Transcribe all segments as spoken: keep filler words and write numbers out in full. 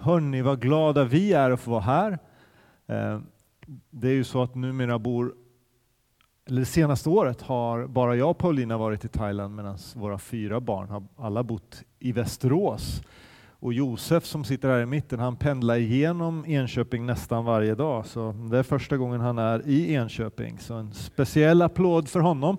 hörni, vad glada vi är att få vara här. Det är ju så att numera bor, eller det senaste året har bara jag och Paulina varit i Thailand medan våra fyra barn har alla bott i Västerås. Och Josef som sitter här i mitten, han pendlar igenom Enköping nästan varje dag. Så det är första gången han är i Enköping. Så en speciell applåd för honom.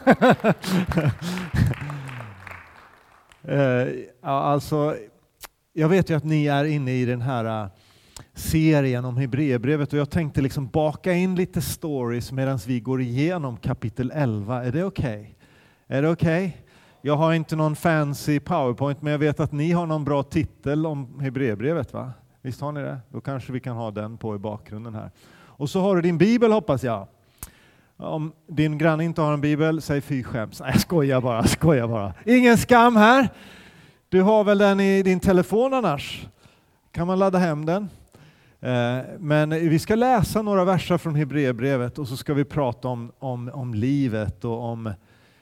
ja, alltså, jag vet ju att ni är inne i den här serien om Hebreerbrevet och jag tänkte liksom baka in lite stories medan vi går igenom kapitel elva. Är det okej? Okay? Är det okej? Okay? Jag har inte någon fancy PowerPoint, men jag vet att ni har någon bra titel om Hebreerbrevet, va? Visst har ni det? Då kanske vi kan ha den på i bakgrunden här. Och så har du din bibel, hoppas jag. Om din granne inte har en bibel, säg fy skäms. Nej, jag skojar bara, skojar bara. Ingen skam här. Du har väl den i din telefon annars? Kan man ladda hem den? Men vi ska läsa några verser från Hebreerbrevet och så ska vi prata om, om, om livet och om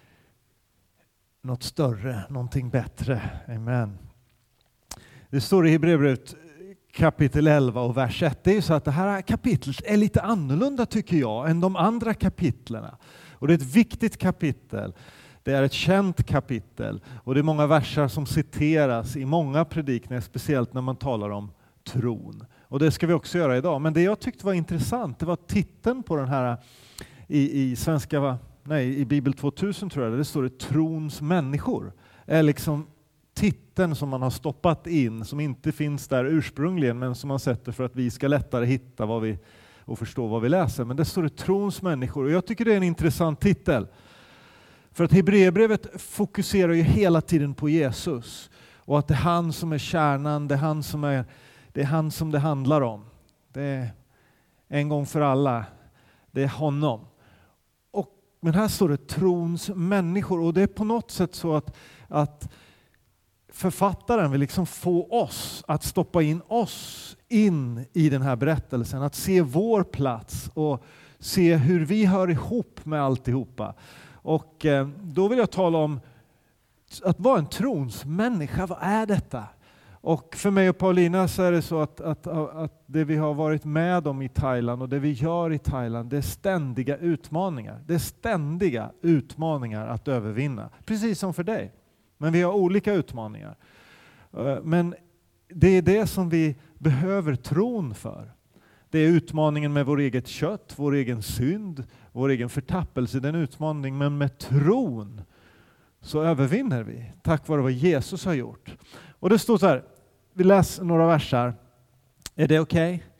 något större, någonting bättre. Amen. Det står i Hebreerbrevet kapitel elva och vers ett. Det är ju så att det här kapitlet är lite annorlunda tycker jag än de andra kapitlerna. Och det är ett viktigt kapitel. Det är ett känt kapitel. Och det är många verser som citeras i många predikningar, speciellt när man talar om tron. Och det ska vi också göra idag. Men det jag tyckte var intressant, det var titeln på den här i, i svenska, nej, i Bibel tvåtusen tror jag, det står det trons människor. Är liksom titeln som man har stoppat in, som inte finns där ursprungligen, men som man sätter för att vi ska lättare hitta vad vi, och förstå vad vi läser. Men det står det trons människor. Och jag tycker det är en intressant titel. För att Hebreerbrevet fokuserar ju hela tiden på Jesus. Och att det är han som är kärnan, det är han som är Det är han som det handlar om. Det är en gång för alla. Det är honom. Och, men här står det trons människor. Och det är på något sätt så att, att författaren vill liksom få oss att stoppa in oss in i den här berättelsen. Att se vår plats och se hur vi hör ihop med alltihopa. Och eh, då vill jag tala om att vara en trons människa. Vad är detta? Och för mig och Paulina så är det så att, att, att det vi har varit med om i Thailand och det vi gör i Thailand, det är ständiga utmaningar. Det är ständiga utmaningar att övervinna. Precis som för dig. Men vi har olika utmaningar. Men det är det som vi behöver tron för. Det är utmaningen med vår eget kött, vår egen synd, vår egen förtappelse. Det är en utmaning, men med tron så övervinner vi. Tack vare vad Jesus har gjort. Och det står så här, vi läser några versar. Är det okej? Okay?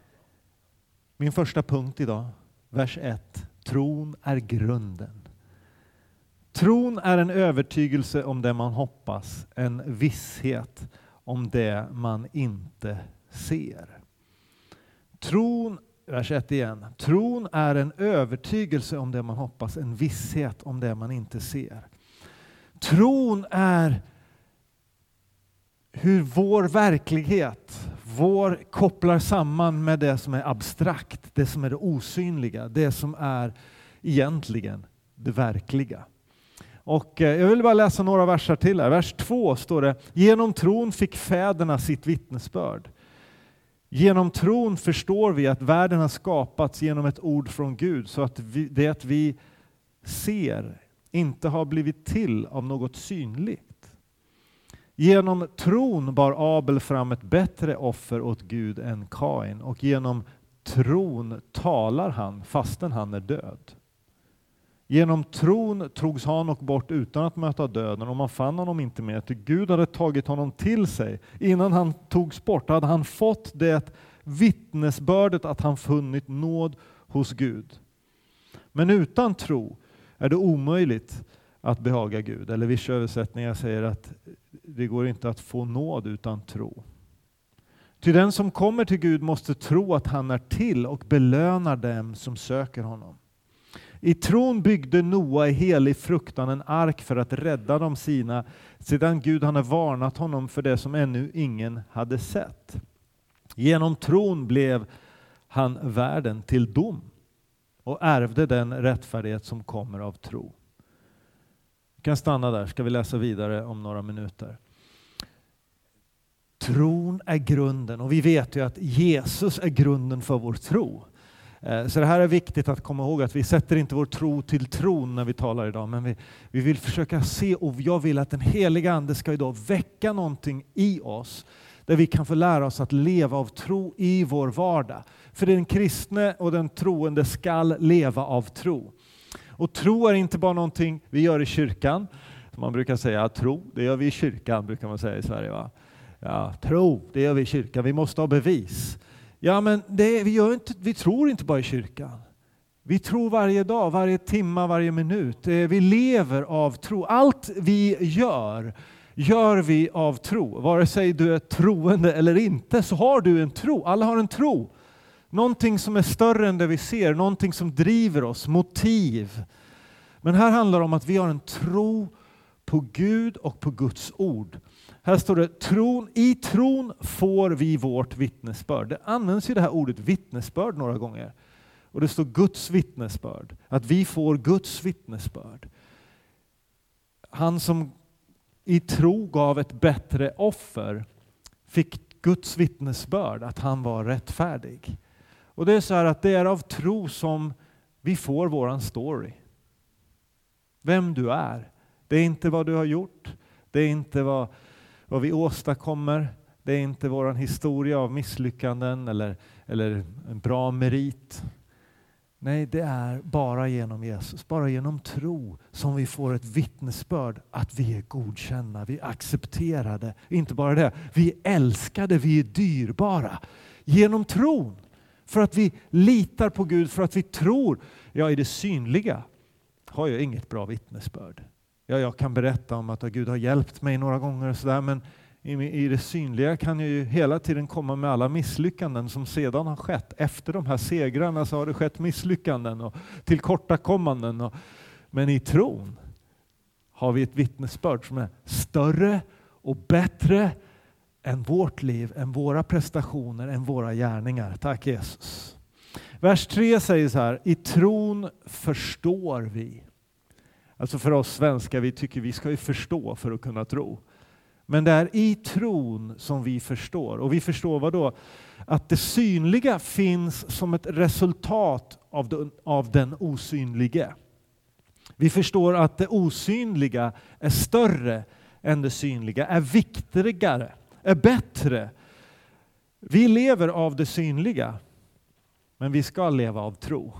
Min första punkt idag, vers ett. Tron är grunden. Tron är en övertygelse om det man hoppas, en visshet om det man inte ser. Tron, vers ett igen. Tron är en övertygelse om det man hoppas, en visshet om det man inte ser. Tron är hur vår verklighet, vår kopplar samman med det som är abstrakt, det som är det osynliga, det som är egentligen det verkliga. Och jag vill bara läsa några versar till här. Vers två står det: genom tron fick fäderna sitt vittnesbörd. Genom tron förstår vi att världen har skapats genom ett ord från Gud, så att vi, det att vi ser inte har blivit till av något synligt. Genom tron bar Abel fram ett bättre offer åt Gud än Kain, och genom tron talar han fastän han är död. Genom tron togs Hanok bort utan att möta döden, och man fann honom inte mer. Till Gud hade tagit honom till sig. Innan han togs bort hade han fått det vittnesbördet att han funnit nåd hos Gud. Men utan tro är det omöjligt att behaga Gud. Eller vissa översättningar säger att det går inte att få nåd utan tro. Ty den som kommer till Gud måste tro att han är till och belönar dem som söker honom. I tron byggde Noa i helig fruktan en ark för att rädda de sina, sedan Gud hade varnat honom för det som ännu ingen hade sett. Genom tron blev han världen till dom och ärvde den rättfärdighet som kommer av tro. Vi kan stanna där, ska vi läsa vidare om några minuter. tron är grunden. Och vi vet ju att Jesus är grunden för vår tro. Så det här är viktigt att komma ihåg, att vi sätter inte vår tro till tron när vi talar idag. Men vi, vi vill försöka se, och jag vill att den heliga ande ska idag väcka någonting i oss. Där vi kan få lära oss att leva av tro i vår vardag. För den kristne och den troende skall leva av tro. Och tro är inte bara någonting vi gör i kyrkan. Man brukar säga tro, det gör vi i kyrkan, brukar man säga i Sverige, va? Ja, tro, det gör vi i kyrkan. Vi måste ha bevis. Ja, men det, vi, gör inte, vi tror inte bara i kyrkan. Vi tror varje dag, varje timme, varje minut. Vi lever av tro. Allt vi gör, gör vi av tro. Vare sig du är troende eller inte, så har du en tro. Alla har en tro. Någonting som är större än det vi ser. Någonting som driver oss. Motiv. Men här handlar det om att vi har en tro på Gud och på Guds ord. Här står det, tron, i tron får vi vårt vittnesbörd. Det används ju det här ordet vittnesbörd några gånger. Och det står Guds vittnesbörd. Att vi får Guds vittnesbörd. Han som i tro gav ett bättre offer fick Guds vittnesbörd att han var rättfärdig. Och det är så här att det är av tro som vi får våran story. Vem du är. Det är inte vad du har gjort. Det är inte vad, vad vi åstadkommer. Det är inte våran historia av misslyckanden eller, eller en bra merit. Nej, det är bara genom Jesus, bara genom tro som vi får ett vittnesbörd att vi är godkända, vi är accepterade. Inte bara det, vi är älskade, vi är dyrbara. Genom tron. För att vi litar på Gud, för att vi tror. Ja, i det synliga har jag inget bra vittnesbörd. Ja, jag kan berätta om att Gud har hjälpt mig några gånger och sådär, men i, i det synliga kan jag ju hela tiden komma med alla misslyckanden som sedan har skett. Efter de här segrarna så har det skett misslyckanden och tillkortakommanden. Och, men i tron har vi ett vittnesbörd som är större och bättre än vårt liv, än våra prestationer, än våra gärningar. Tack Jesus. Vers tre säger så här, i tron förstår vi. Alltså för oss svenskar, vi tycker vi ska ju förstå för att kunna tro. Men det är i tron som vi förstår. Och vi förstår vad då? Att det synliga finns som ett resultat av den, av den osynlige. Vi förstår att det osynliga är större än det synliga, är viktigare, är bättre. Vi lever av det synliga, men vi ska leva av tro.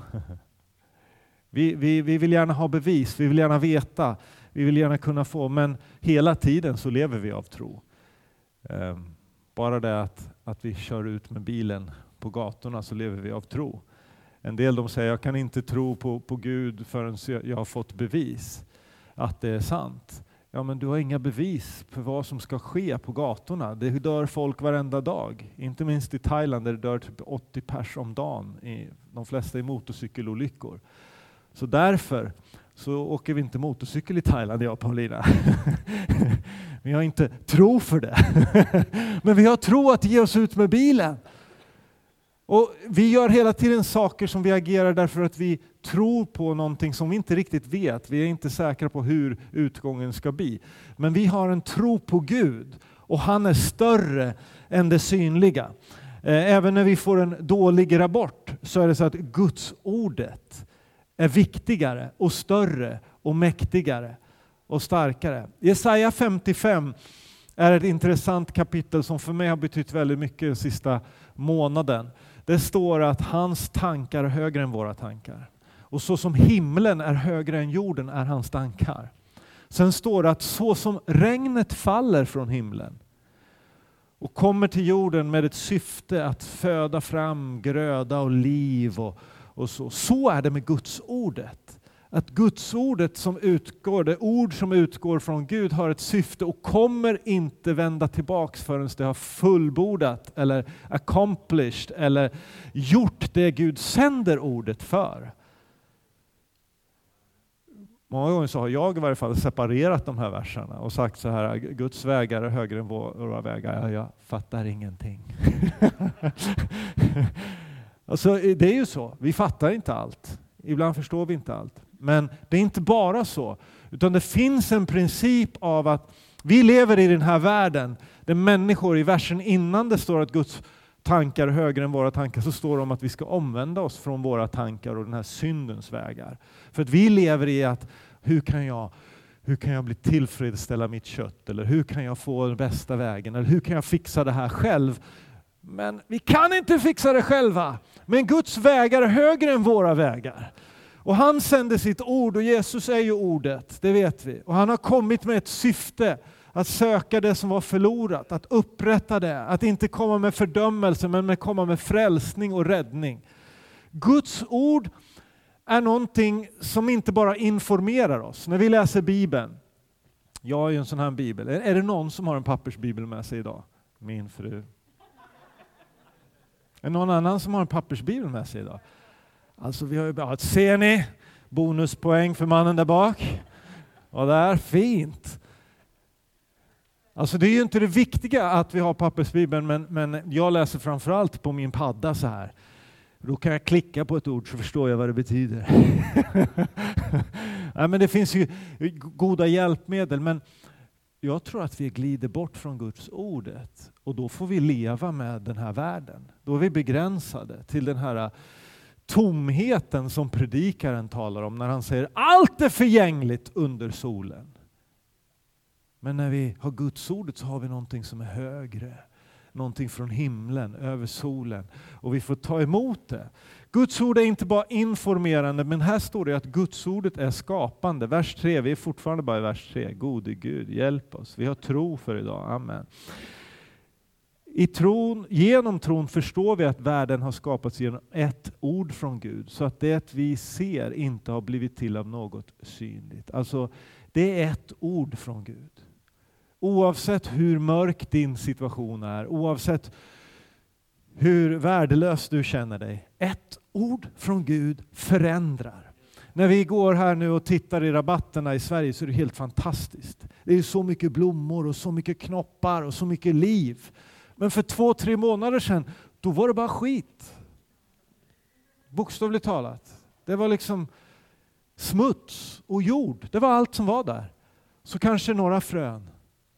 Vi, vi, vi vill gärna ha bevis, vi vill gärna veta, vi vill gärna kunna få, men hela tiden så lever vi av tro. Um, bara det att, att vi kör ut med bilen på gatorna så lever vi av tro. En del de säger, jag kan inte tro på, på Gud förrän jag har fått bevis att det är sant. Ja, men du har inga bevis för vad som ska ske på gatorna. Det dör folk varenda dag. Inte minst i Thailand där det dör typ åttio pers om dagen. I, de flesta i motorcykelolyckor. Så därför så åker vi inte motorcykel i Thailand, jag och Paulina. Vi har inte tro för det. Men vi har tro att ge oss ut med bilen. Och vi gör hela tiden saker som vi agerar därför att vi tror på någonting som vi inte riktigt vet. Vi är inte säkra på hur utgången ska bli. Men vi har en tro på Gud och han är större än det synliga. Även när vi får en dålig rapport så är det så att Guds ordet är viktigare och större och mäktigare och starkare. Jesaja femtiofem är ett intressant kapitel som för mig har betytt väldigt mycket den sista månaden. Det står att hans tankar är högre än våra tankar. Och så som himlen är högre än jorden är hans tankar. Sen står det att så som regnet faller från himlen och kommer till jorden med ett syfte att föda fram gröda och liv och, och så. Så är det med Guds ordet. Att Guds ordet som utgår, det ord som utgår från Gud har ett syfte och kommer inte vända tillbaks förrän det har fullbordat eller accomplished eller gjort det Gud sänder ordet för. Många gånger så har jag i varje fall separerat de här verserna och sagt så här, Guds vägar är högre än våra vägar. Ja, jag fattar ingenting. Alltså, det är ju så, vi fattar inte allt. Ibland förstår vi inte allt. Men det är inte bara så, utan det finns en princip av att Vi lever i den här världen där människor, i versen innan det står att Guds tankar är högre än våra tankar, så står det om att vi ska omvända oss från våra tankar och den här syndens vägar. För att vi lever i att hur kan jag, hur kan jag bli tillfredsställa mitt kött? Eller hur kan jag få den bästa vägen? Eller hur kan jag fixa det här själv? Men vi kan inte fixa det själva. Men Guds vägar är högre än våra vägar. Och han sände sitt ord, och Jesus är ju ordet, det vet vi. Och han har kommit med ett syfte, att söka det som var förlorat, att upprätta det, att inte komma med fördömelse men med komma med frälsning och räddning. Guds ord är någonting som inte bara informerar oss. När vi läser Bibeln, jag har ju en sån här bibel. Är det någon som har en pappersbibel med sig idag? Min fru. Är det någon annan som har en pappersbibel med sig idag? Alltså vi har ju bara, ser ni? Bonuspoäng för mannen där bak. Och där, fint. Alltså det är ju inte det viktiga att vi har pappersbibeln, men, men jag läser framförallt på min padda så här. Då kan jag klicka på ett ord så förstår jag vad det betyder. Nej, men det finns ju goda hjälpmedel, men jag tror att vi glider bort från Guds ordet, och då får vi leva med den här världen. Då är vi begränsade till den här tomheten som predikaren talar om när han säger allt är förgängligt under solen. Men när vi har Guds ordet så har vi någonting som är högre. Någonting från himlen, över solen. Och vi får ta emot det. Guds ord är inte bara informerande, men här står det att Guds ordet är skapande. Vers tre, vi är fortfarande bara i vers tre. Gode Gud, hjälp oss. Vi har tro för idag. Amen. I tron, genom tron förstår vi att världen har skapats genom ett ord från Gud. Så att det vi ser inte har blivit till av något synligt. Alltså det är ett ord från Gud. Oavsett hur mörk din situation är, oavsett hur värdelös du känner dig. Ett ord från Gud förändrar. När vi går här nu och tittar i rabatterna i Sverige så är det helt fantastiskt. Det är så mycket blommor och så mycket knoppar och så mycket liv. Men för två, tre månader sedan, då var det bara skit. Bokstavligt talat. Det var liksom smuts och jord. Det var allt som var där. Så kanske några frön.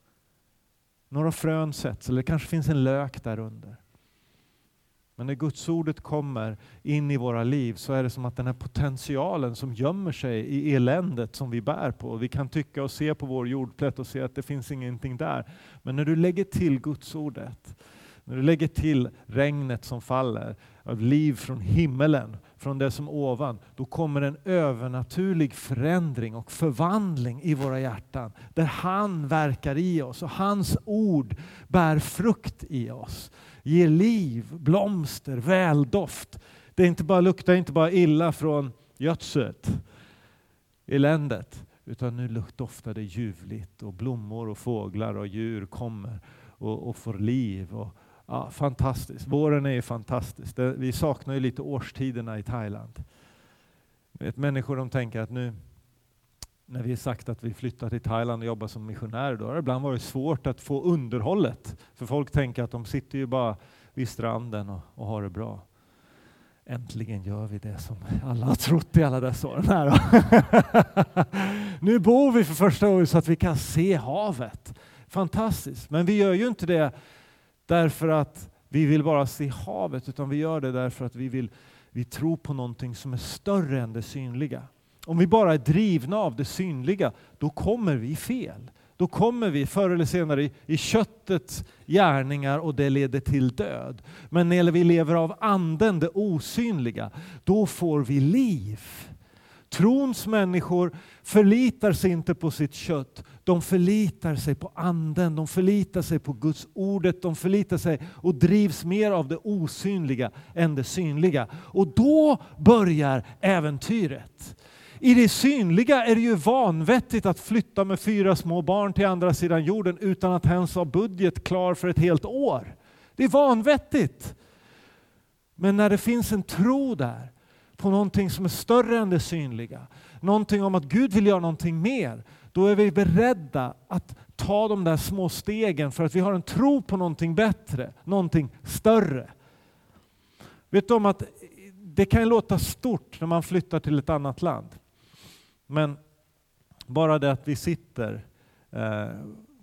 Några frön sätts, eller kanske finns en lök där under. Men när Guds ordet kommer in i våra liv så är det som att den här potentialen som gömmer sig i eländet som vi bär på. Vi kan tycka och se på vår jordplätt och se att det finns ingenting där. Men när du lägger till Guds ordet, när du lägger till regnet som faller, av liv från himmelen, från det som ovan, då kommer en övernaturlig förändring och förvandling i våra hjärtan. Där han verkar i oss och hans ord bär frukt i oss. Ger liv, blomster, väldoft. Det är inte bara, luktar inte bara illa från gödset, eländet, utan nu doftar det ljuvligt och blommor och fåglar och djur kommer och, och får liv. Och, ja, fantastiskt. Våren är ju fantastisk. Det, vi saknar ju lite årstiderna i Thailand. Vet, människor de tänker att nu när vi har sagt att vi flyttar till Thailand och jobbar som missionärer, då har det ibland varit svårt att få underhållet. För folk tänker att de sitter ju bara vid stranden och, och har det bra. Äntligen gör vi det som alla har trott i alla dessa år. Nu bor vi för första gången så att vi kan se havet. Fantastiskt. Men vi gör ju inte det därför att vi vill bara se havet, utan vi gör det därför att vi vill vi tror på någonting som är större än det synliga. Om vi bara är drivna av det synliga, då kommer vi fel. Då kommer vi förr eller senare i, i köttets gärningar och det leder till död. Men när vi lever av anden, det osynliga, då får vi liv. Trons människor förlitar sig inte på sitt kött. De förlitar sig på anden. De förlitar sig på Guds ordet. De förlitar sig och drivs mer av det osynliga än det synliga. Och då börjar äventyret. I det synliga är det ju vanvettigt att flytta med fyra små barn till andra sidan jorden utan att ens ha budget klar för ett helt år. Det är vanvettigt. Men när det finns en tro där på någonting som är större än det synliga, någonting om att Gud vill göra någonting mer, då är vi beredda att ta de där små stegen för att vi har en tro på någonting bättre, någonting större. Vet du om att det kan låta stort när man flyttar till ett annat land. Men bara det att vi sitter eh,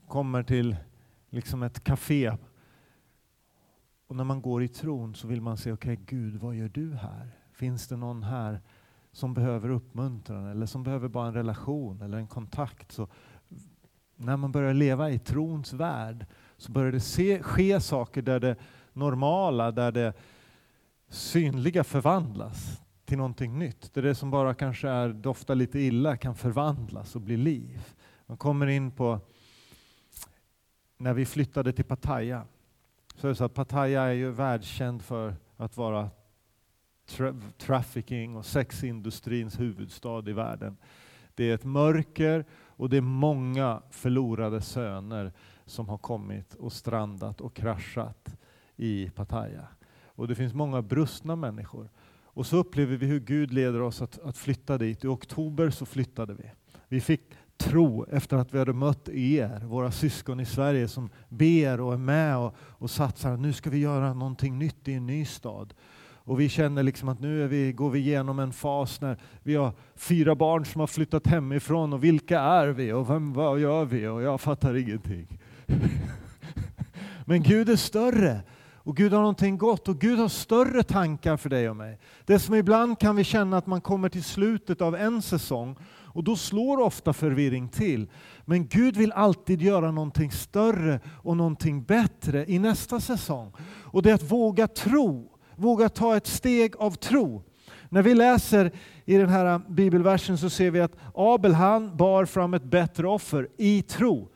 kommer till liksom ett café. Och när man går i tron så vill man se, okej okay, Gud, vad gör du här? Finns det någon här som behöver uppmuntran eller som behöver bara en relation eller en kontakt? Så när man börjar leva i trons värld så börjar det se, ske saker där det normala, där det synliga förvandlas till någonting nytt. Där det som bara kanske är doftar lite illa kan förvandlas och bli liv. Man kommer in på, när vi flyttade till Pattaya, så är det så att Pattaya är ju världskänd för att vara tra- trafficking och sexindustrins huvudstad i världen. Det är ett mörker och det är många förlorade söner som har kommit och strandat och kraschat i Pattaya. Och det finns många brustna människor. Och så upplever vi hur Gud leder oss att, att flytta dit. I oktober så flyttade vi. Vi fick tro efter att vi hade mött er, våra syskon i Sverige som ber och är med och, och satsar. Nu ska vi göra någonting nytt i en ny stad. Och vi känner liksom att nu är vi, går vi igenom en fas när vi har fyra barn som har flyttat hemifrån. Och vilka är vi? Och vem, vad gör vi? Och jag fattar ingenting. Men Gud är större. Och Gud har någonting gott och Gud har större tankar för dig och mig. Det som ibland kan vi känna att man kommer till slutet av en säsong och då slår ofta förvirring till. Men Gud vill alltid göra någonting större och någonting bättre i nästa säsong. Och det är att våga tro, våga ta ett steg av tro. När vi läser i den här bibelversen så ser vi att Abel han bar fram ett bättre offer i tro.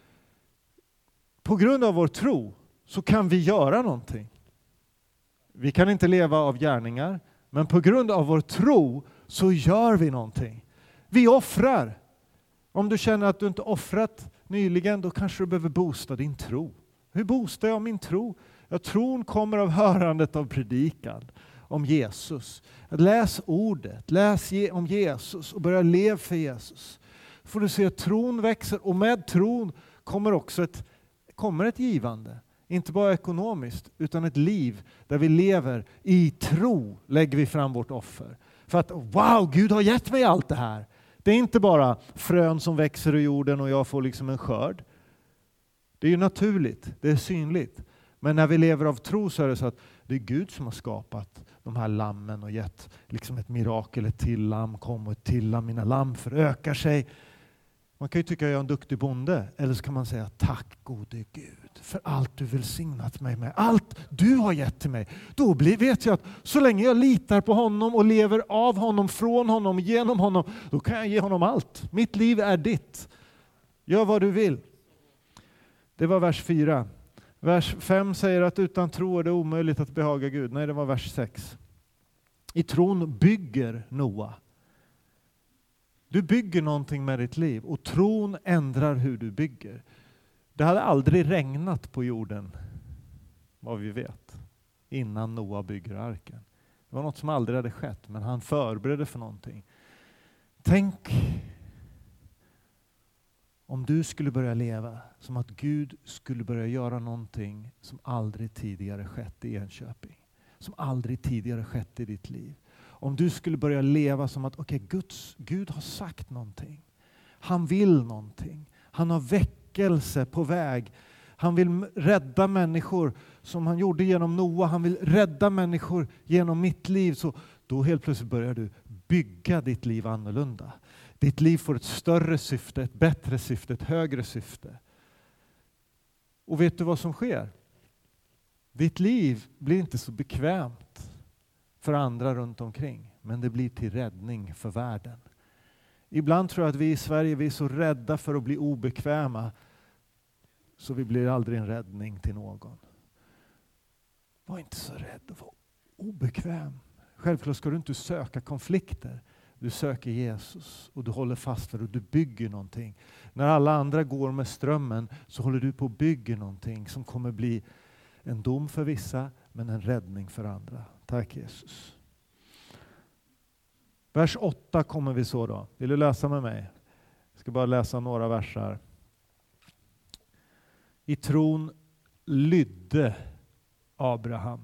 På grund av vår tro så kan vi göra någonting. Vi kan inte leva av gärningar, men på grund av vår tro så gör vi någonting. Vi offrar. Om du känner att du inte offrat nyligen, då kanske du behöver boosta din tro. Hur boostar jag min tro? Ja, tron kommer av hörandet av predikan om Jesus. Läs ordet, läs om Jesus och börja leva för Jesus. Får du se att tron växer och med tron kommer också ett, kommer ett givande. Inte bara ekonomiskt, utan ett liv där vi lever i tro, lägger vi fram vårt offer. För att, wow, Gud har gett mig allt det här. Det är inte bara frön som växer i jorden och jag får liksom en skörd. Det är ju naturligt, det är synligt. Men när vi lever av tro så är det så att det är Gud som har skapat de här lammen och gett liksom ett mirakel, ett till lamm kom och ett till lamm, mina lamm förökar sig. Man kan ju tycka att jag är en duktig bonde, eller så kan man säga tack gode Gud för allt du välsignat mig med, allt du har gett till mig. Då blir, vet jag att så länge jag litar på honom och lever av honom, från honom, genom honom, då kan jag ge honom allt. Mitt liv är ditt. Gör vad du vill. Det var vers fyra. Vers fem säger att utan tro är det omöjligt att behaga Gud. Nej, det var vers sex. I tron bygger Noa. Du bygger någonting med ditt liv och tron ändrar hur du bygger. Det hade aldrig regnat på jorden, vad vi vet, innan Noa bygger arken. Det var något som aldrig hade skett, men han förberedde för någonting. Tänk om du skulle börja leva som att Gud skulle börja göra någonting som aldrig tidigare skett i Enköping. Som aldrig tidigare skett i ditt liv. Om du skulle börja leva som att okej, okay, Guds, Gud har sagt någonting. Han vill någonting. Han har väckelse på väg. Han vill rädda människor som han gjorde genom Noa. Han vill rädda människor genom mitt liv. Så då helt plötsligt börjar du bygga ditt liv annorlunda. Ditt liv får ett större syfte, ett bättre syfte, ett högre syfte. Och vet du vad som sker? Ditt liv blir inte så bekvämt för andra runt omkring, men det blir till räddning för världen. Ibland tror jag att vi i Sverige vi är så rädda för att bli obekväma så vi blir aldrig en räddning till någon. Var inte så rädd att vara obekväm. Självklart ska du inte söka konflikter. Du söker Jesus och du håller fast vid det och du bygger någonting. När alla andra går med strömmen så håller du på att bygga någonting som kommer bli en dom för vissa men en räddning för andra. Tack Jesus. Vers åtta kommer vi så då. Vill du läsa med mig? Jag ska bara läsa några versar. I tron lydde Abraham.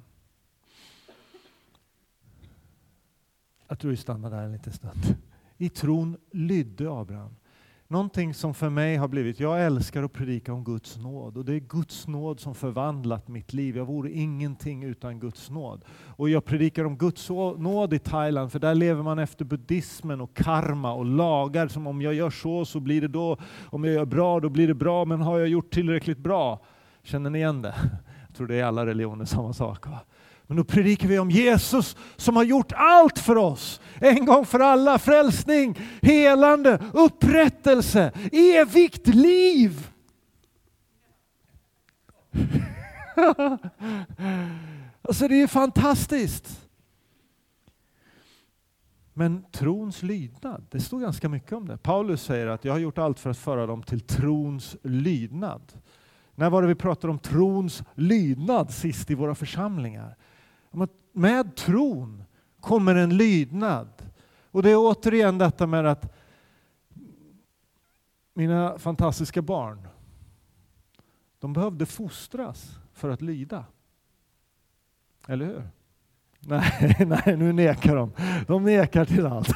Jag tror vi stannar där en liten stund. I tron lydde Abraham. någonting som för mig har blivit, jag älskar att predika om Guds nåd. Och det är Guds nåd som förvandlat mitt liv. Jag vore ingenting utan Guds nåd. Och jag predikar om Guds nåd i Thailand, för där lever man efter buddhismen och karma och lagar. Som om jag gör så så blir det då, om jag gör bra då blir det bra, men har jag gjort tillräckligt bra? Känner ni igen det? Jag tror det är alla religioner samma sak, va? Men då predikar vi om Jesus som har gjort allt för oss. En gång för alla, frälsning, helande, upprättelse, evigt liv. Alltså det är fantastiskt. Men trons lydnad, det står ganska mycket om det. Paulus säger att jag har gjort allt för att föra dem till trons lydnad. När var det vi pratade om trons lydnad sist i våra församlingar? Med tron kommer en lydnad. Och det är återigen detta med att mina fantastiska barn, de behövde fostras för att lyda. Eller hur? Nej, nej, nu nekar de. De nekar till allt.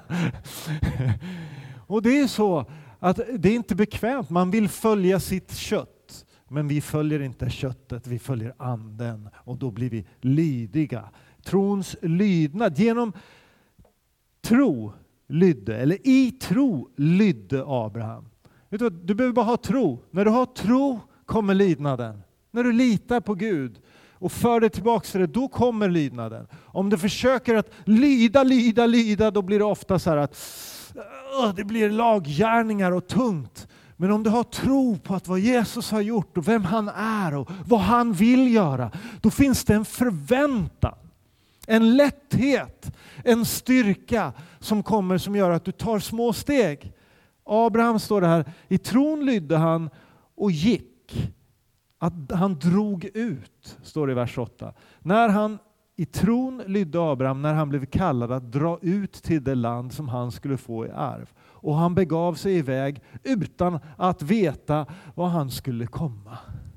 Och det är så att det är inte bekvämt. Man vill följa sitt kött. Men vi följer inte köttet, vi följer anden. Och då blir vi lydiga. Trons lydnad. Genom tro lydde, eller i tro lydde Abraham. Vet du, du behöver bara ha tro. När du har tro kommer lydnaden. När du litar på Gud och för dig tillbaka till det, då kommer lydnaden. Om du försöker att lyda, lyda, lyda, då blir det ofta så här att uh, det blir laggärningar och tungt. Men om du har tro på att vad Jesus har gjort och vem han är och vad han vill göra, då finns det en förväntan, en lätthet, en styrka som kommer som gör att du tar små steg. Abraham står det här, i tron lydde han och gick. Att han drog ut, står det i vers åtta. När han i tron lydde Abraham, när han blev kallad att dra ut till det land som han skulle få i arv. Och han begav sig iväg utan att veta var han skulle komma.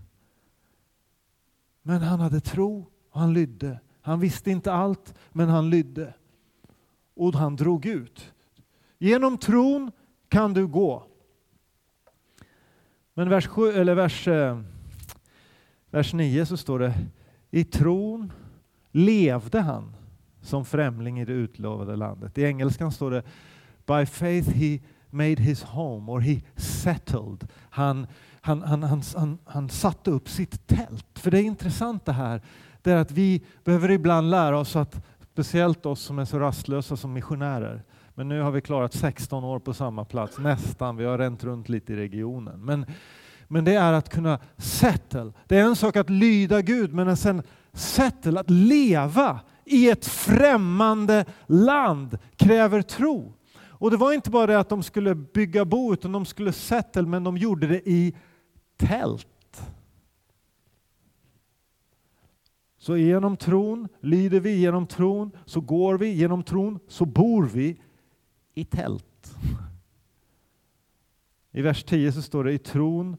Men han hade tro och han lydde. Han visste inte allt, men han lydde. Och han drog ut. Genom tron kan du gå. Men vers sju, eller vers, vers nio så står det, i tron levde han som främling i det utlovade landet. I engelskan står det, by faith he made his home, or he settled. Han, han, han, han, han, han satte upp sitt tält. För det är intressant det här, det är att vi behöver ibland lära oss att, speciellt oss som är så rastlösa som missionärer, men nu har vi klarat sexton år på samma plats, nästan, vi har ränt runt lite i regionen. Men, men det är att kunna settle. Det är en sak att lyda Gud, men sen settle, att leva i ett främmande land kräver tro. Och det var inte bara det att de skulle bygga bo, utan de skulle settle, men de gjorde det i tält. Så genom tron lyder vi, genom tron så går vi, genom tron så bor vi i tält. I vers tio så står det, i tron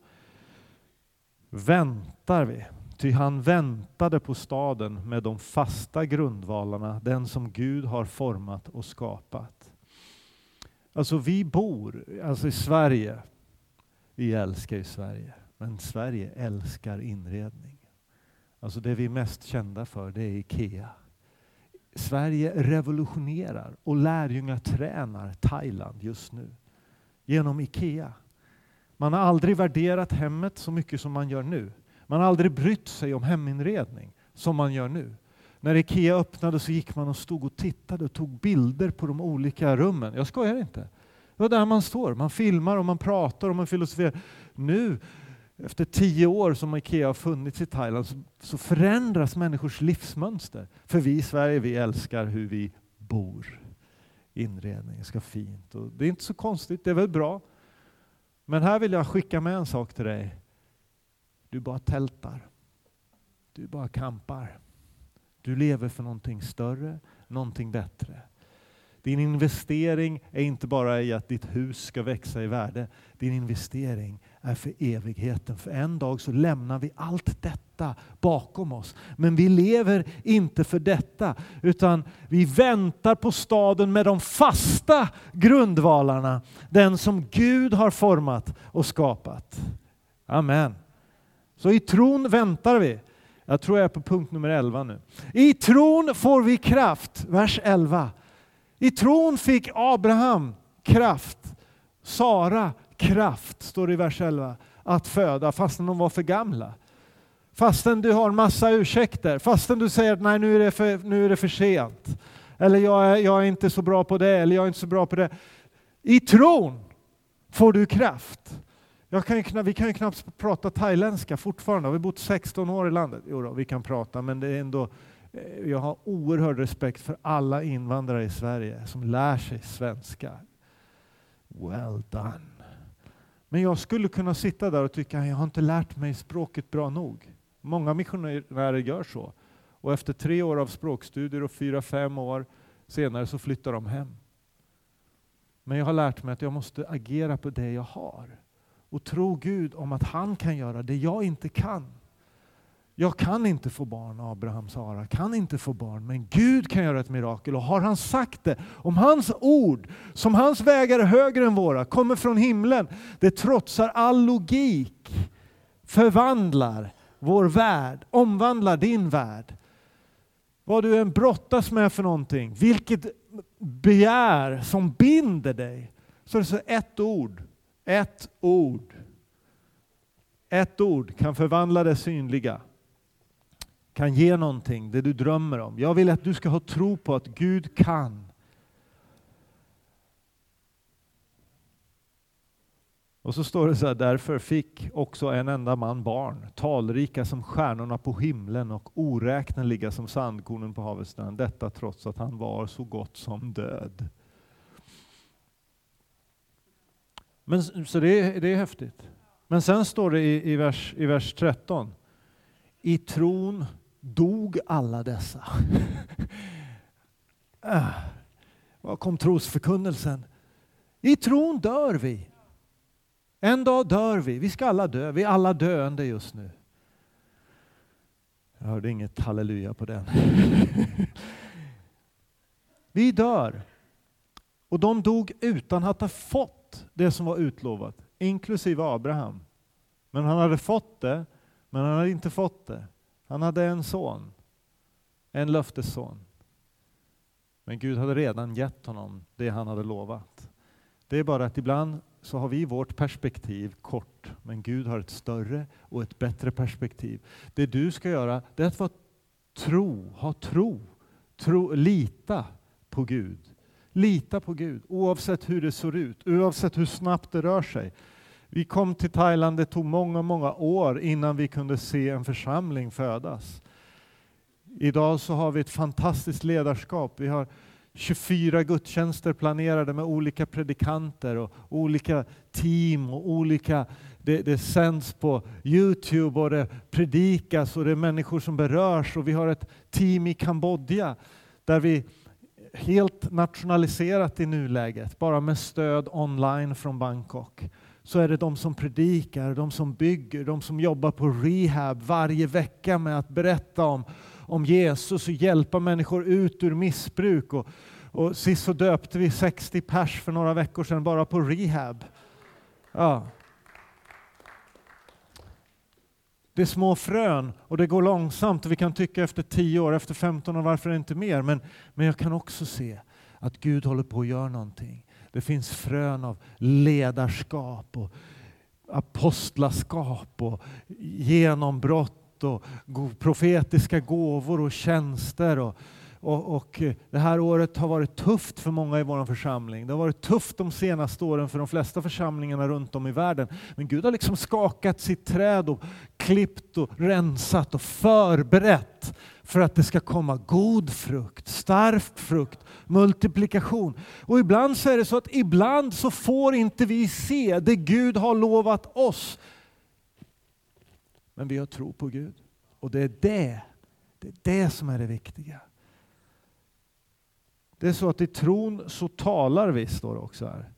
väntar vi. Ty han väntade på staden med de fasta grundvalarna, den som Gud har format och skapat. Alltså vi bor, alltså i Sverige, vi älskar ju Sverige, men Sverige älskar inredning. Alltså det vi är mest kända för, det är IKEA. Sverige revolutionerar och lärjungatränar Thailand just nu genom IKEA. Man har aldrig värderat hemmet så mycket som man gör nu. Man har aldrig brytt sig om heminredning som man gör nu. När IKEA öppnade så gick man och stod och tittade och tog bilder på de olika rummen. Jag skojar inte. Det var där man står. Man filmar och man pratar och man filosoferar. Nu, efter tio år som IKEA har funnits i Thailand, så, så förändras människors livsmönster. För vi i Sverige, vi älskar hur vi bor. Inredning ska fint. Och det är inte så konstigt, det är väl bra. Men här vill jag skicka med en sak till dig. Du bara tältar. Du bara kampar. Du lever för någonting större, någonting bättre. Din investering är inte bara i att ditt hus ska växa i värde. Din investering är för evigheten. För en dag så lämnar vi allt detta bakom oss. Men vi lever inte för detta, utan vi väntar på staden med de fasta grundvalarna. Den som Gud har format och skapat. Amen. Så i tron väntar vi. Jag tror jag är på punkt nummer elva nu. I tron får vi kraft. Vers elva. I tron fick Abraham kraft. Sara kraft, står det i vers elva. Att föda fastän de var för gamla. Fastän du har massa ursäkter. Fastän du säger att nej, nu är det för, nu är det för sent. Eller jag är, jag är inte så bra på det. Eller jag är inte så bra på det. I tron får du kraft. Jag kan ju, vi kan ju knappt prata thailändska fortfarande. Vi har bott sexton år i landet. Jo då, vi kan prata, men det är ändå, jag har oerhörd respekt för alla invandrare i Sverige som lär sig svenska. Well done. Men jag skulle kunna sitta där och tycka att jag har inte lärt mig språket bra nog. Många missionärer gör så. Och efter tre år av språkstudier och fyra, fem år senare så flyttar de hem. Men jag har lärt mig att jag måste agera på det jag har. Och tro Gud om att han kan göra det jag inte kan. Jag kan inte få barn, Abraham, Sara kan inte få barn. Men Gud kan göra ett mirakel. Och har han sagt det, om hans ord, som hans vägar är högre än våra, kommer från himlen. Det trotsar all logik. Förvandlar vår värld. Omvandlar din värld. Vad du än brottas med för någonting. Vilket begär som binder dig. Så är det så ett ord. Ett ord. Ett ord kan förvandla det synliga. Kan ge någonting, det du drömmer om. Jag vill att du ska ha tro på att Gud kan. Och så står det så här, därför fick också en enda man barn, talrika som stjärnorna på himlen och oräkneliga som sandkornen på havets strand. Detta trots att han var så gott som död. Men, så det är, det är häftigt. Men sen står det i, i, vers, i vers tretton. I tron dog alla dessa. ah, vad kom trosförkunnelsen? I tron dör vi. En dag dör vi. Vi ska alla dö. Vi är alla döende just nu. Jag hörde inget halleluja på den. Vi dör. Och de dog utan att ha fått det som var utlovat. Inklusive Abraham. Men han hade fått det. Men han hade inte fått det. Han hade en son. En löftesson. Men Gud hade redan gett honom det han hade lovat. Det är bara att ibland så har vi vårt perspektiv kort. Men Gud har ett större och ett bättre perspektiv. Det du ska göra, det är att vara tro. Ha tro. tro lita på Gud. Lita på Gud. Oavsett hur det ser ut. Oavsett hur snabbt det rör sig. Vi kom till Thailand, det tog många, många år innan vi kunde se en församling födas. Idag så har vi ett fantastiskt ledarskap. Vi har tjugofyra gudstjänster planerade med olika predikanter och olika team och olika, det, det sänds på YouTube och det predikas och det är människor som berörs. Och vi har ett team i Kambodja där vi helt nationaliserat i nuläget, bara med stöd online från Bangkok. Så är det de som predikar, de som bygger, de som jobbar på rehab varje vecka med att berätta om, om Jesus och hjälpa människor ut ur missbruk. Och, och sist så döpte vi sextio pers för några veckor sedan bara på rehab. Ja. Det är små frön och det går långsamt och vi kan tycka efter tio år, efter femton år, varför inte mer? Men, men jag kan också se att Gud håller på att göra någonting. Det finns frön av ledarskap och apostlaskap och genombrott och profetiska gåvor och tjänster. Och, och, och det här året har varit tufft för många i vår församling. Det har varit tufft de senaste åren för de flesta församlingarna runt om i världen. Men Gud har liksom skakat sitt träd och klippt och rensat och förberett för att det ska komma god frukt, stark frukt, multiplikation. Och ibland så är det så att ibland så får inte vi se det Gud har lovat oss. Men vi har tro på Gud. Och det är det, det är det som är det viktiga. Det är så att i tron så talar vi, står det också här.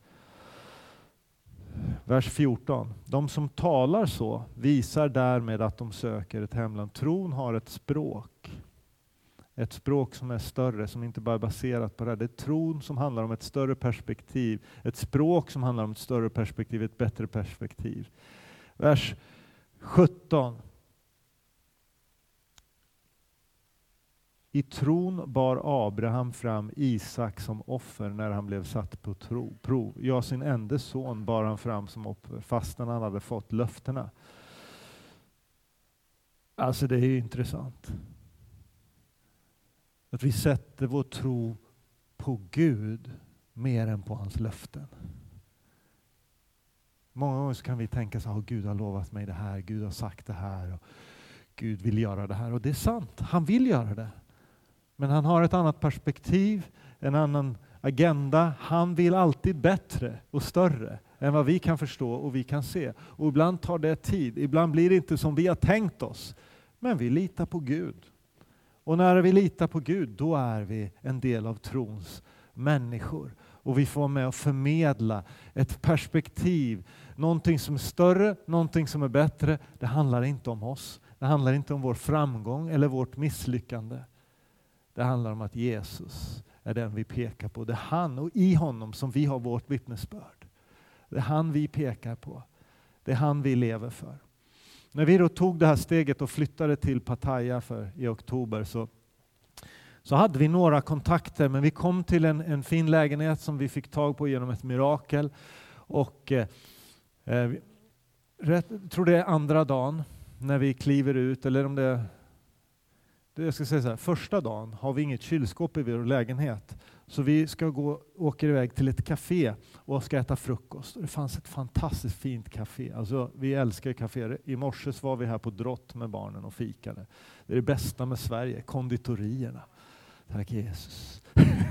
Vers fjorton. De som talar så visar därmed att de söker ett hemland. Tron har ett språk. Ett språk som är större, som inte bara är baserat på det här. Det är tron som handlar om ett större perspektiv. Ett språk som handlar om ett större perspektiv, ett bättre perspektiv. Vers sjutton. I tron bar Abraham fram Isak som offer när han blev satt på tro, prov. Ja, sin enda son bar han fram som offer fastän han hade fått löftena. Alltså det är ju intressant. Att vi sätter vår tro på Gud mer än på hans löften. Många gånger så kan vi tänka så här, Gud har lovat mig det här, Gud har sagt det här och Gud vill göra det här. Och det är sant, han vill göra det. Men han har ett annat perspektiv, en annan agenda. Han vill alltid bättre och större än vad vi kan förstå och vi kan se. Och ibland tar det tid, ibland blir det inte som vi har tänkt oss. Men vi litar på Gud. Och när vi litar på Gud, då är vi en del av trons människor. Och vi får med att förmedla ett perspektiv, någonting som är större, någonting som är bättre. Det handlar inte om oss, det handlar inte om vår framgång eller vårt misslyckande. Det handlar om att Jesus är den vi pekar på. Det är han och i honom som vi har vårt vittnesbörd. Det är han vi pekar på. Det är han vi lever för. När vi då tog det här steget och flyttade till Pattaya för, i oktober så, så hade vi några kontakter. Men vi kom till en, en fin lägenhet som vi fick tag på genom ett mirakel. Och eh, rätt, jag tror det är andra dagen när vi kliver ut. Eller om det är Jag ska säga så här, första dagen har vi inget kylskåp i vår lägenhet. Så vi ska gå, åker iväg till ett café och ska äta frukost. Det fanns ett fantastiskt fint café. Alltså, vi älskar kaféer. I morse var vi här på Drott med barnen och fikade. Det är det bästa med Sverige, konditorierna. Tack Jesus.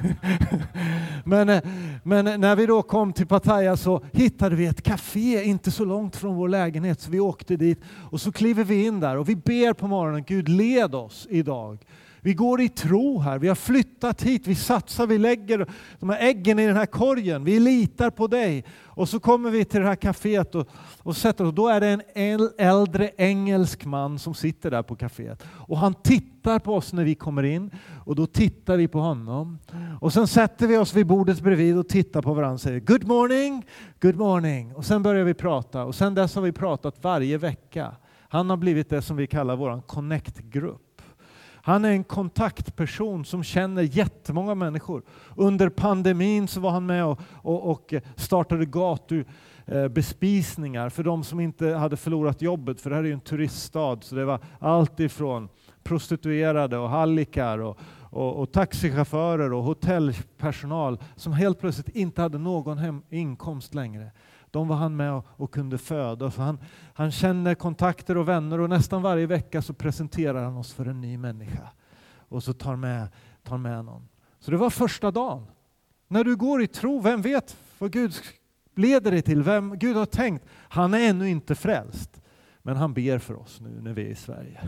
men, men när vi då kom till Pattaya så hittade vi ett café inte så långt från vår lägenhet. Så vi åkte dit och så kliver vi in där och vi ber på morgonen, Gud led oss idag. Vi går i tro här, vi har flyttat hit, vi satsar, vi lägger de här äggen i den här korgen. Vi litar på dig. Och så kommer vi till det här kaféet och, och sätter oss. Då är det en äldre engelsk man som sitter där på kaféet. Och han tittar på oss när vi kommer in. Och då tittar vi på honom. Och sen sätter vi oss vid bordet bredvid och tittar på varandra och säger good morning, good morning. Och sen börjar vi prata. Och sen dess har vi pratat varje vecka. Han har blivit det som vi kallar våran connect-grupp. Han är en kontaktperson som känner jättemånga människor. Under pandemin så var han med och, och, och startade gatubespisningar för de som inte hade förlorat jobbet. För det här är ju en turiststad så det var allt ifrån prostituerade och hallikar och, och, och taxichaufförer och hotellpersonal som helt plötsligt inte hade någon hem, inkomst längre. De var han med och, och kunde föda. Så han, han känner kontakter och vänner och nästan varje vecka så presenterar han oss för en ny människa. Och så tar med, tar med någon. Så det var första dagen. När du går i tro, vem vet vad Gud leder dig till? Vem Gud har tänkt? Han är ännu inte frälst. Men han ber för oss nu när vi är i Sverige.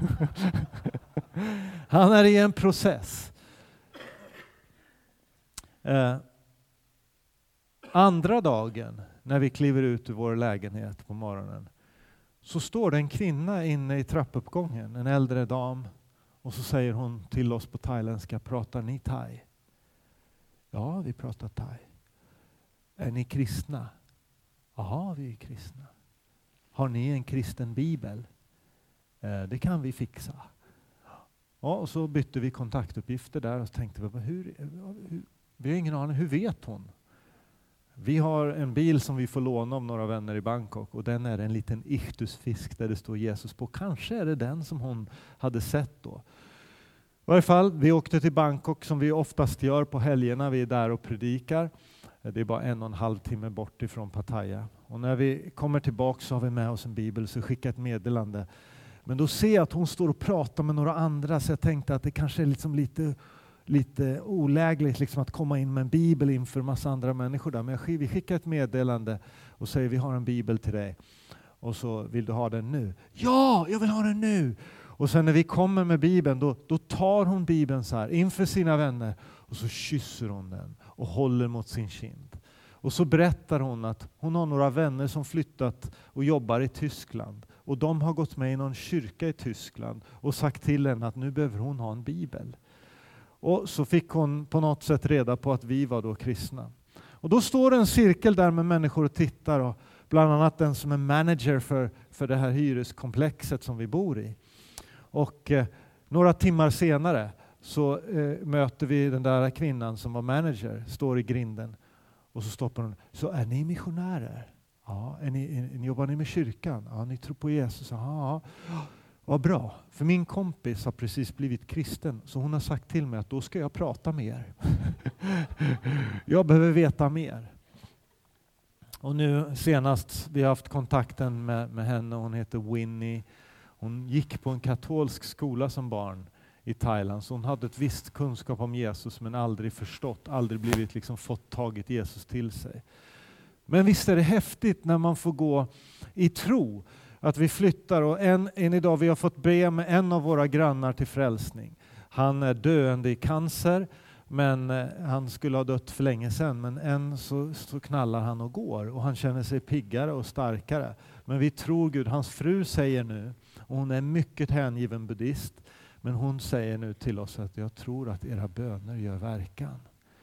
Han är i en process. Eh, andra dagen när vi kliver ut ur vår lägenhet på morgonen så står det en kvinna inne i trappuppgången, en äldre dam, och så säger hon till oss på thailändska, pratar ni thai? Ja, vi pratar thai. Är ni kristna? Ja, vi är kristna. Har ni en kristen bibel? Eh, det kan vi fixa. Ja, och så bytte vi kontaktuppgifter där och så tänkte vi, hur, hur, vi har ingen aning, hur vet hon? Vi har en bil som vi får låna av några vänner i Bangkok och den är en liten ichthusfisk där det står Jesus på. Kanske är det den som hon hade sett då. I varje fall, vi åkte till Bangkok som vi oftast gör på helgerna. Vi är där och predikar. Det är bara en och en halv timme bort ifrån Pattaya. Och när vi kommer tillbaka så har vi med oss en bibel så skickar ett meddelande. Men då ser jag att hon står och pratar med några andra så jag tänkte att det kanske är liksom lite... lite olägligt liksom att komma in med en bibel inför en massa andra människor där. Men vi skickar ett meddelande och säger vi har en bibel till dig. Och så vill du ha den nu? Ja, jag vill ha den nu! Och sen när vi kommer med bibeln då, då tar hon bibeln så här inför sina vänner. Och så kysser hon den och håller mot sin kind. Och så berättar hon att hon har några vänner som flyttat och jobbar i Tyskland. Och de har gått med i någon kyrka i Tyskland och sagt till henne att nu behöver hon ha en bibel. Och så fick hon på något sätt reda på att vi var då kristna. Och då står det en cirkel där med människor och tittar. Och bland annat den som är manager för, för det här hyreskomplexet som vi bor i. Och eh, några timmar senare så eh, möter vi den där kvinnan som var manager, står i grinden. Och så stoppar hon. Så är ni missionärer? Ja. Är ni, är, är, jobbar ni med kyrkan? Ja, ni tror på Jesus? Ja. Vad bra. För min kompis har precis blivit kristen. Så hon har sagt till mig att då ska jag prata med er. Jag behöver veta mer. Och nu senast, vi har haft kontakten med, med henne. Hon heter Winnie. Hon gick på en katolsk skola som barn i Thailand. Så hon hade ett visst kunskap om Jesus men aldrig förstått, aldrig blivit liksom fått tagit Jesus till sig. Men visst är det häftigt när man får gå i tro att vi flyttar. Och en, en idag vi har fått be med en av våra grannar till frälsning. Han är döende i cancer men han skulle ha dött för länge sedan. Men än så, så knallar han och går och han känner sig piggare och starkare. Men vi tror Gud, hans fru säger nu, och hon är mycket hängiven buddhist, men hon säger nu till oss att jag tror att era böner gör verkan.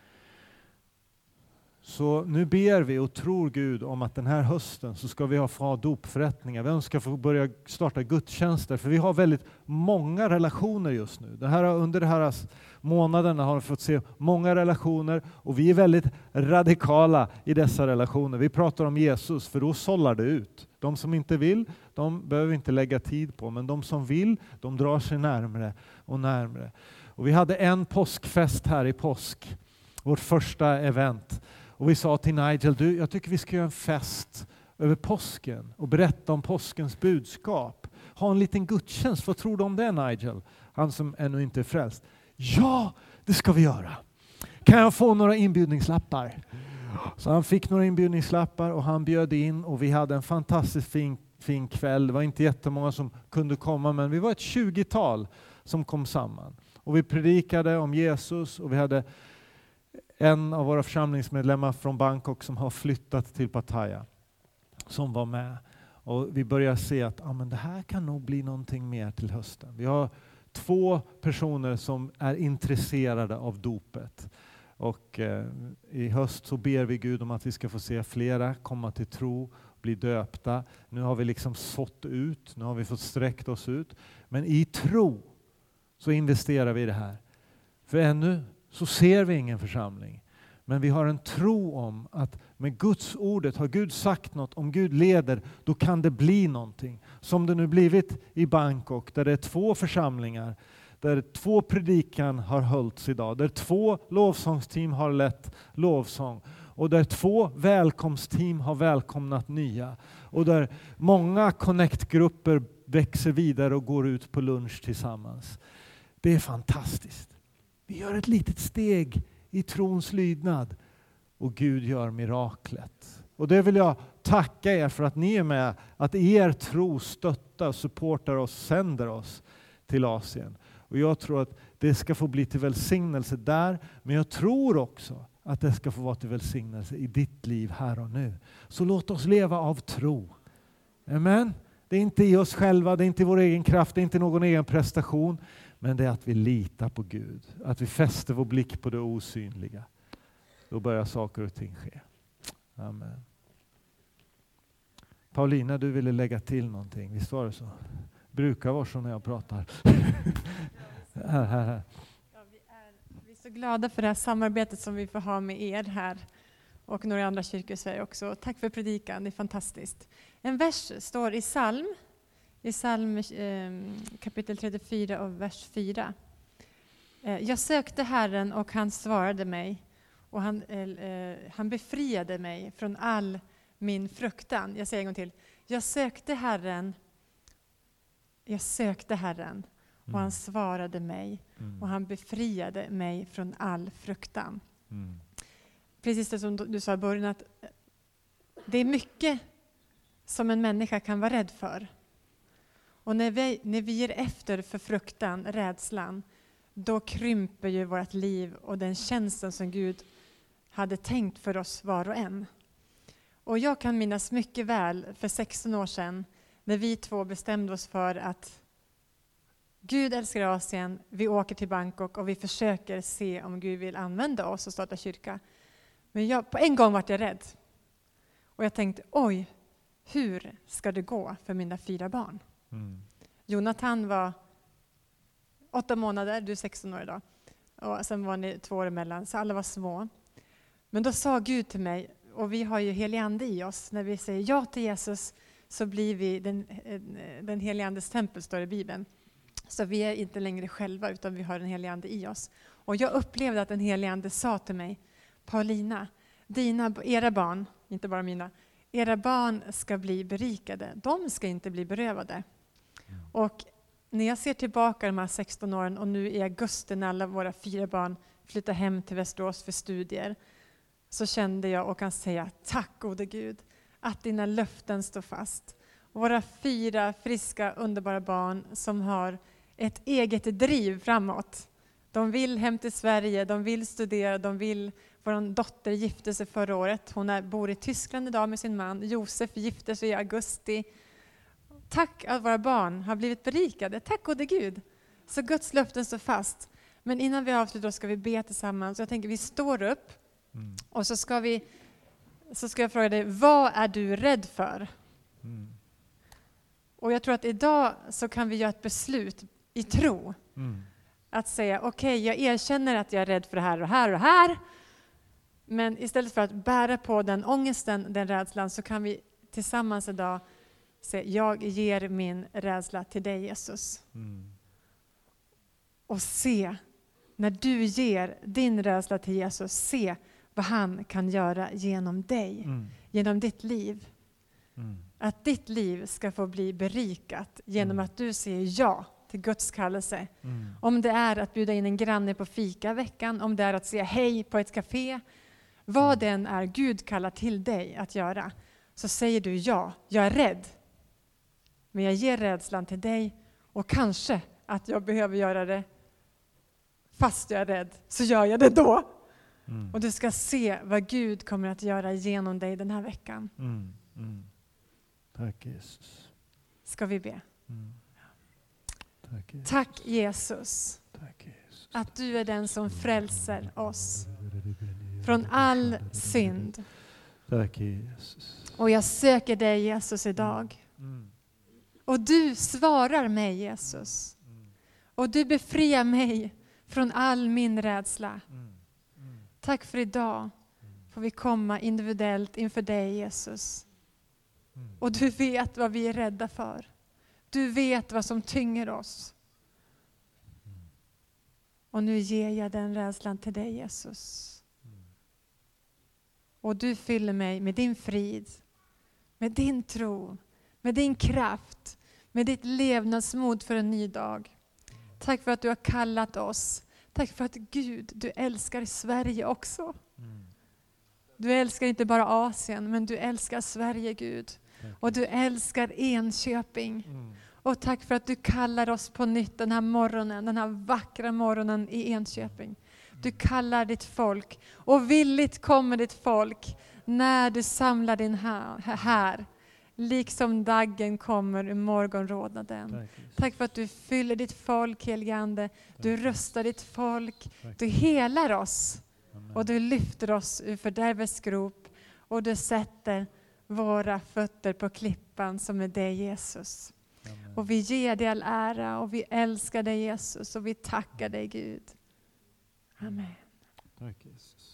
Så nu ber vi och tror Gud om att den här hösten så ska vi ha få dopförrättningar. Vi önskar få börja starta gudstjänster för vi har väldigt många relationer just nu. Det här, under de här månaderna har vi fått se många relationer och vi är väldigt radikala i dessa relationer. Vi pratar om Jesus för då sållar det ut. De som inte vill, de behöver inte lägga tid på, men de som vill, de drar sig närmare och närmare. Och vi hade en påskfest här i påsk, vårt första event. Och vi sa till Nigel, du, jag tycker vi ska göra en fest över påsken och berätta om påskens budskap. Ha en liten gudstjänst, vad tror du om det Nigel? Han som ännu inte är frälst. Ja, det ska vi göra. Kan jag få några inbjudningslappar? Så han fick några inbjudningslappar och han bjöd in och vi hade en fantastiskt fin, fin kväll. Det var inte jättemånga som kunde komma men vi var ett tjugotal som kom samman. Och vi predikade om Jesus och vi hade en av våra församlingsmedlemmar från Bangkok som har flyttat till Pattaya som var med. Och vi börjar se att ah, men det här kan nog bli någonting mer till hösten. Vi har två personer som är intresserade av dopet. Och eh, i höst så ber vi Gud om att vi ska få se flera komma till tro, bli döpta. Nu har vi liksom sått ut, nu har vi fått sträckt oss ut. Men i tro så investerar vi i det här. För ännu så ser vi ingen församling. Men vi har en tro om att med Guds ordet har Gud sagt något. Om Gud leder, då kan det bli någonting. Som det nu blivit i Bangkok, där det är två församlingar. Där två predikan har hållits idag. Där två lovsångsteam har lett lovsång. Och där två välkomstteam har välkomnat nya. Och där många connect-grupper växer vidare och går ut på lunch tillsammans. Det är fantastiskt. Vi gör ett litet steg i trons lydnad och Gud gör miraklet. Och det vill jag tacka er för att ni är med, att er tro stöttar, supportar oss, sänder oss till Asien. Och jag tror att det ska få bli till välsignelse där, men jag tror också att det ska få vara till välsignelse i ditt liv här och nu. Så låt oss leva av tro. Amen. Det är inte i oss själva, det är inte i vår egen kraft, det är inte någon egen prestation. Men det är att vi litar på Gud. Att vi fäster vår blick på det osynliga. Då börjar saker och ting ske. Amen. Paulina, du ville lägga till någonting. Visst var det så? Brukar vara så när jag pratar. här, här, här. Ja, vi, är, vi är så glada för det här samarbetet som vi får ha med er här. Och några andra kyrkor i Sverige också. Tack för predikan, det är fantastiskt. En vers står i psalm. I psalm eh, kapitel trettiofyra och vers fyra. Eh, jag sökte Herren och han svarade mig. Och han, eh, han befriade mig från all min fruktan. Jag säger en gång till. Jag sökte Herren. Jag sökte Herren. Och han svarade mig. Mm. Och han befriade mig från all fruktan. Mm. Precis det som du sa i början. Att det är mycket som en människa kan vara rädd för. Och när vi, när vi ger efter för fruktan, rädslan, då krymper ju vårt liv och den tjänsten som Gud hade tänkt för oss var och en. Och jag kan minnas mycket väl för sexton år sedan när vi två bestämde oss för att Gud älskar Asien, vi åker till Bangkok och vi försöker se om Gud vill använda oss och starta kyrka. Men jag, på en gång var jag rädd. Och jag tänkte, oj, hur ska det gå för mina fyra barn? Mm. Jonathan var åtta månader, du är sexton år idag. Och sen var ni två år emellan, så alla var små. Men då sa Gud till mig, och vi har ju helig ande i oss, när vi säger ja till Jesus så blir vi den, den helige andes tempel, står det i Bibeln. Så vi är inte längre själva utan vi har den helige ande i oss. Och jag upplevde att den helige ande sa till mig, Paulina, dina, era barn, inte bara mina, era barn ska bli berikade. De ska inte bli berövade. Mm. Och när jag ser tillbaka de här sexton åren och nu i augusti när alla våra fyra barn flyttar hem till Västerås för studier, så kände jag och kan säga tack gode Gud att dina löften står fast. Våra fyra friska underbara barn som har ett eget driv framåt. De vill hem till Sverige, de vill studera, de vill. Vår dotter gifte sig förra året. Hon är, bor i Tyskland idag med sin man. Josef gifte sig i augusti. Tack att våra barn har blivit berikade. Tack gode Gud. Så Guds löften står fast. Men innan vi avslutar ska vi be tillsammans. Så jag tänker vi står upp. Mm. Och så ska vi så ska jag fråga dig, vad är du rädd för? Mm. Och jag tror att idag så kan vi göra ett beslut i tro. Mm. Att säga, okej, okay, jag erkänner att jag är rädd för det här och här och här. Men istället för att bära på den ångesten, den rädslan, så kan vi tillsammans idag säga, jag ger min rädsla till dig, Jesus. Mm. Och se, när du ger din rädsla till Jesus, se vad han kan göra genom dig, mm. genom ditt liv. Mm. Att ditt liv ska få bli berikat genom mm. att du säger ja till Guds kallelse. Mm. Om det är att bjuda in en granne på fika veckan, om det är att säga hej på ett café, vad den är Gud kallar till dig att göra, så säger du ja, jag är rädd. Men jag ger rädslan till dig och kanske att jag behöver göra det fast jag är rädd, så gör jag det då. Mm. Och du ska se vad Gud kommer att göra genom dig den här veckan. Mm. Mm. Tack Jesus. Ska vi be? Mm. Tack, Jesus. Tack Jesus. Tack Jesus. Att du är den som frälser oss från all synd. Tack Jesus. Och jag söker dig Jesus idag. Mm. Och du svarar mig Jesus. Mm. Och du befriar mig från all min rädsla. Mm. Mm. Tack för idag. Får vi komma individuellt inför dig Jesus. Mm. Och du vet vad vi är rädda för. Du vet vad som tynger oss. Mm. Och nu ger jag den rädslan till dig Jesus. Mm. Och du fyller mig med din frid, med din tro, med din kraft, med ditt levnadsmod för en ny dag. Tack för att du har kallat oss. Tack för att Gud, du älskar Sverige också. Mm. Du älskar inte bara Asien, men du älskar Sverige, Gud. Tack. Och du älskar Enköping. Mm. Och tack för att du kallar oss på nytt den här morgonen, den här vackra morgonen i Enköping. Du kallar ditt folk och villigt kommer ditt folk när du samlar din här. Liksom daggen kommer ur morgonrodnaden. Tack, Tack för att du fyller ditt folk, helige Ande. Du röstar ditt folk. Tack. Du helar oss. Amen. Och du lyfter oss ur fördärvets grop. Och du sätter våra fötter på klippan som är dig, Jesus. Amen. Och vi ger dig all ära och vi älskar dig, Jesus. Och vi tackar dig, Gud. Amen. Tack, Jesus.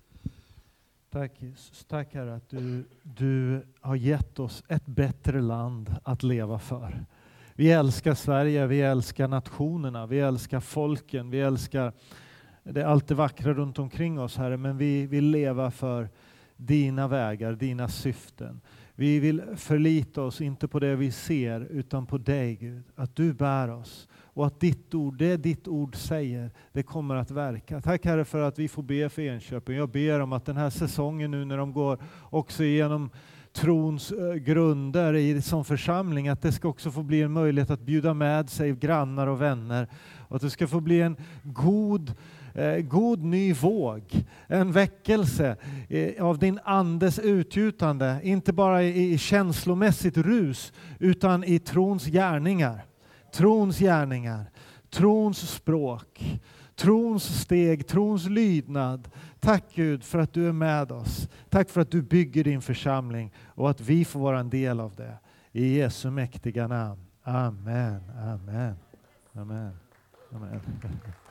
Tack Jesus. Tack Herre att du, du har gett oss ett bättre land att leva för. Vi älskar Sverige, vi älskar nationerna, vi älskar folken, vi älskar det allt det vackra runt omkring oss Herre, men vi vill leva för dina vägar, dina syften. Vi vill förlita oss inte på det vi ser utan på dig Gud, att du bär oss. Och att ditt ord, det ditt ord säger, det kommer att verka. Tack Herre för att vi får be för Enköping. Jag ber om att den här säsongen nu när de går också igenom trons grunder i, som församling, att det ska också få bli en möjlighet att bjuda med sig grannar och vänner Och att det ska få bli en god, eh, god ny våg. En väckelse eh, av din andes utgjutande. Inte bara i, i känslomässigt rus utan i trons gärningar. Trons gärningar. Trons språk. Trons steg, trons lydnad. Tack Gud för att du är med oss. Tack för att du bygger din församling och att vi får vara en del av det. I Jesu mäktiga namn. Amen, amen, amen, amen.